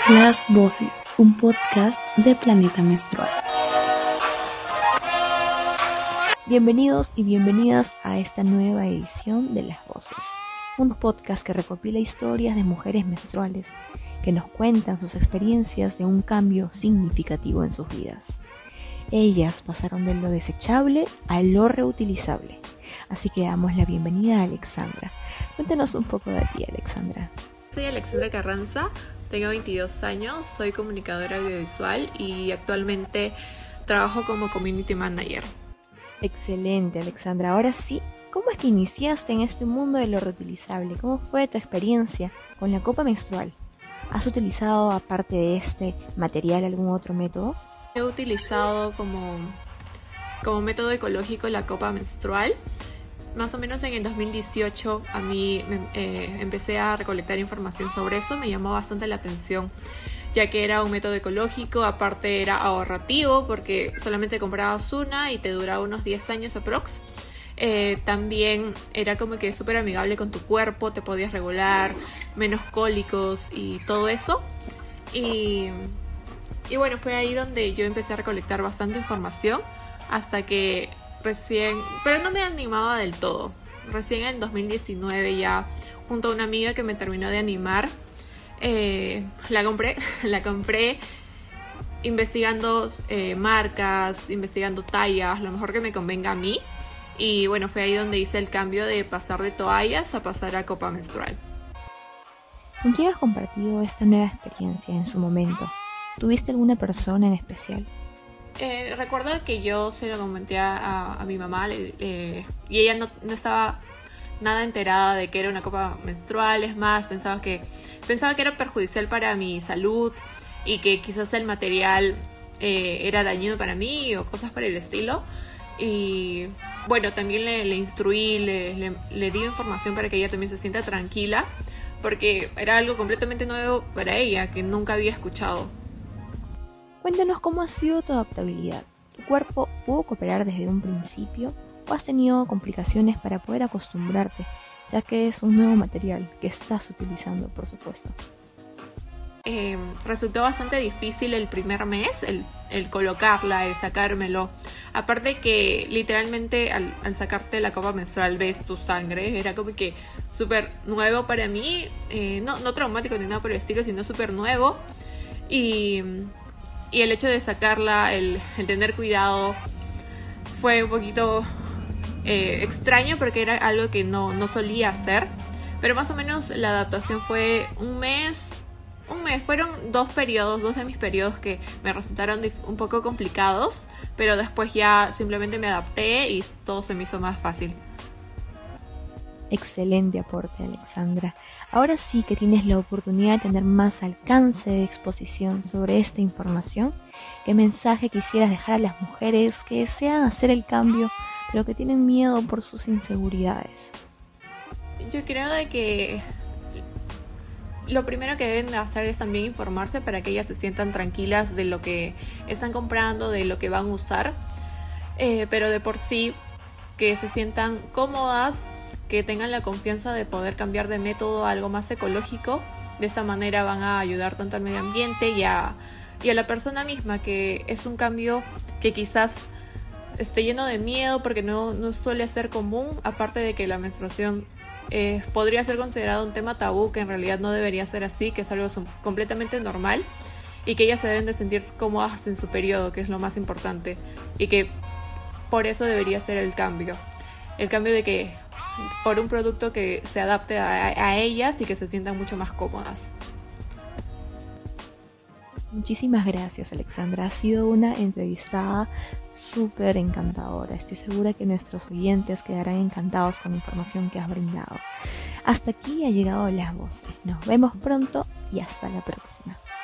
Las Voces, un podcast de Planeta Menstrual. Bienvenidos y bienvenidas a esta nueva edición de Las Voces, un podcast que recopila historias de mujeres menstruales que nos cuentan sus experiencias de un cambio significativo en sus vidas. Ellas pasaron de lo desechable a lo reutilizable, así que damos la bienvenida a Alexandra. Cuéntanos un poco de ti, Alexandra. Soy Alexandra Carranza, tengo 22 años, soy comunicadora audiovisual y actualmente trabajo como Community Manager. Excelente, Alexandra. Ahora sí, ¿cómo es que iniciaste en este mundo de lo reutilizable? ¿Cómo fue tu experiencia con la copa menstrual? ¿Has utilizado, aparte de este material, algún otro método? He utilizado como método ecológico la copa menstrual. Más o menos en el 2018 a mí empecé a recolectar información sobre eso, me llamó bastante la atención, ya que era un método ecológico, aparte era ahorrativo porque solamente comprabas una y te duraba unos 10 años aprox. También era como que súper amigable con tu cuerpo, te podías regular, menos cólicos y todo eso. Y bueno, fue ahí donde yo empecé a recolectar bastante información hasta que recién, pero no me animaba del todo. Recién en el 2019 ya, junto a una amiga que me terminó de animar, la compré investigando marcas, investigando tallas, lo mejor que me convenga a mí. Y bueno, fue ahí donde hice el cambio de pasar de toallas a pasar a copa menstrual. ¿Con quién has compartido esta nueva experiencia en su momento? ¿Tuviste alguna persona en especial? Recuerdo que yo se lo comenté a mi mamá y ella no estaba nada enterada de que era una copa menstrual. Es más, pensaba que era perjudicial para mi salud y que quizás el material era dañino para mí o cosas por el estilo. Y bueno, también le instruí, le di información para que ella también se sienta tranquila, porque era algo completamente nuevo para ella que nunca había escuchado. Cuéntanos cómo ha sido tu adaptabilidad. ¿Tu cuerpo pudo cooperar desde un principio o has tenido complicaciones para poder acostumbrarte, ya que es un nuevo material que estás utilizando, por supuesto? Resultó bastante difícil el primer mes, el colocarla, el sacármelo. Aparte que literalmente al sacarte la copa menstrual ves tu sangre, era como que súper nuevo para mí, no traumático ni nada por el estilo, sino súper nuevo. Y el hecho de sacarla, el tener cuidado, fue un poquito extraño porque era algo que no solía hacer. Pero más o menos la adaptación fue un mes. Fueron dos de mis periodos que me resultaron un poco complicados, pero después ya simplemente me adapté y todo se me hizo más fácil. Excelente aporte, Alexandra. Ahora sí que tienes la oportunidad de tener más alcance de exposición sobre esta información. ¿Qué mensaje quisieras dejar a las mujeres que desean hacer el cambio, pero que tienen miedo por sus inseguridades? Yo creo de que lo primero que deben hacer es también informarse para que ellas se sientan tranquilas de lo que están comprando, de lo que van a usar, pero de por sí que se sientan cómodas, que tengan la confianza de poder cambiar de método a algo más ecológico. De esta manera van a ayudar tanto al medio ambiente y a la persona misma, que es un cambio que quizás esté lleno de miedo porque no suele ser común, aparte de que la menstruación podría ser considerado un tema tabú, que en realidad no debería ser así, que es algo completamente normal y que ellas se deben de sentir cómodas en su periodo, que es lo más importante, y que por eso debería ser el cambio de que por un producto que se adapte a ellas y que se sientan mucho más cómodas. Muchísimas gracias, Alexandra. Ha sido una entrevistada súper encantadora. Estoy segura que nuestros oyentes quedarán encantados con la información que has brindado. Hasta aquí ha llegado Las Voces. Nos vemos pronto y hasta la próxima.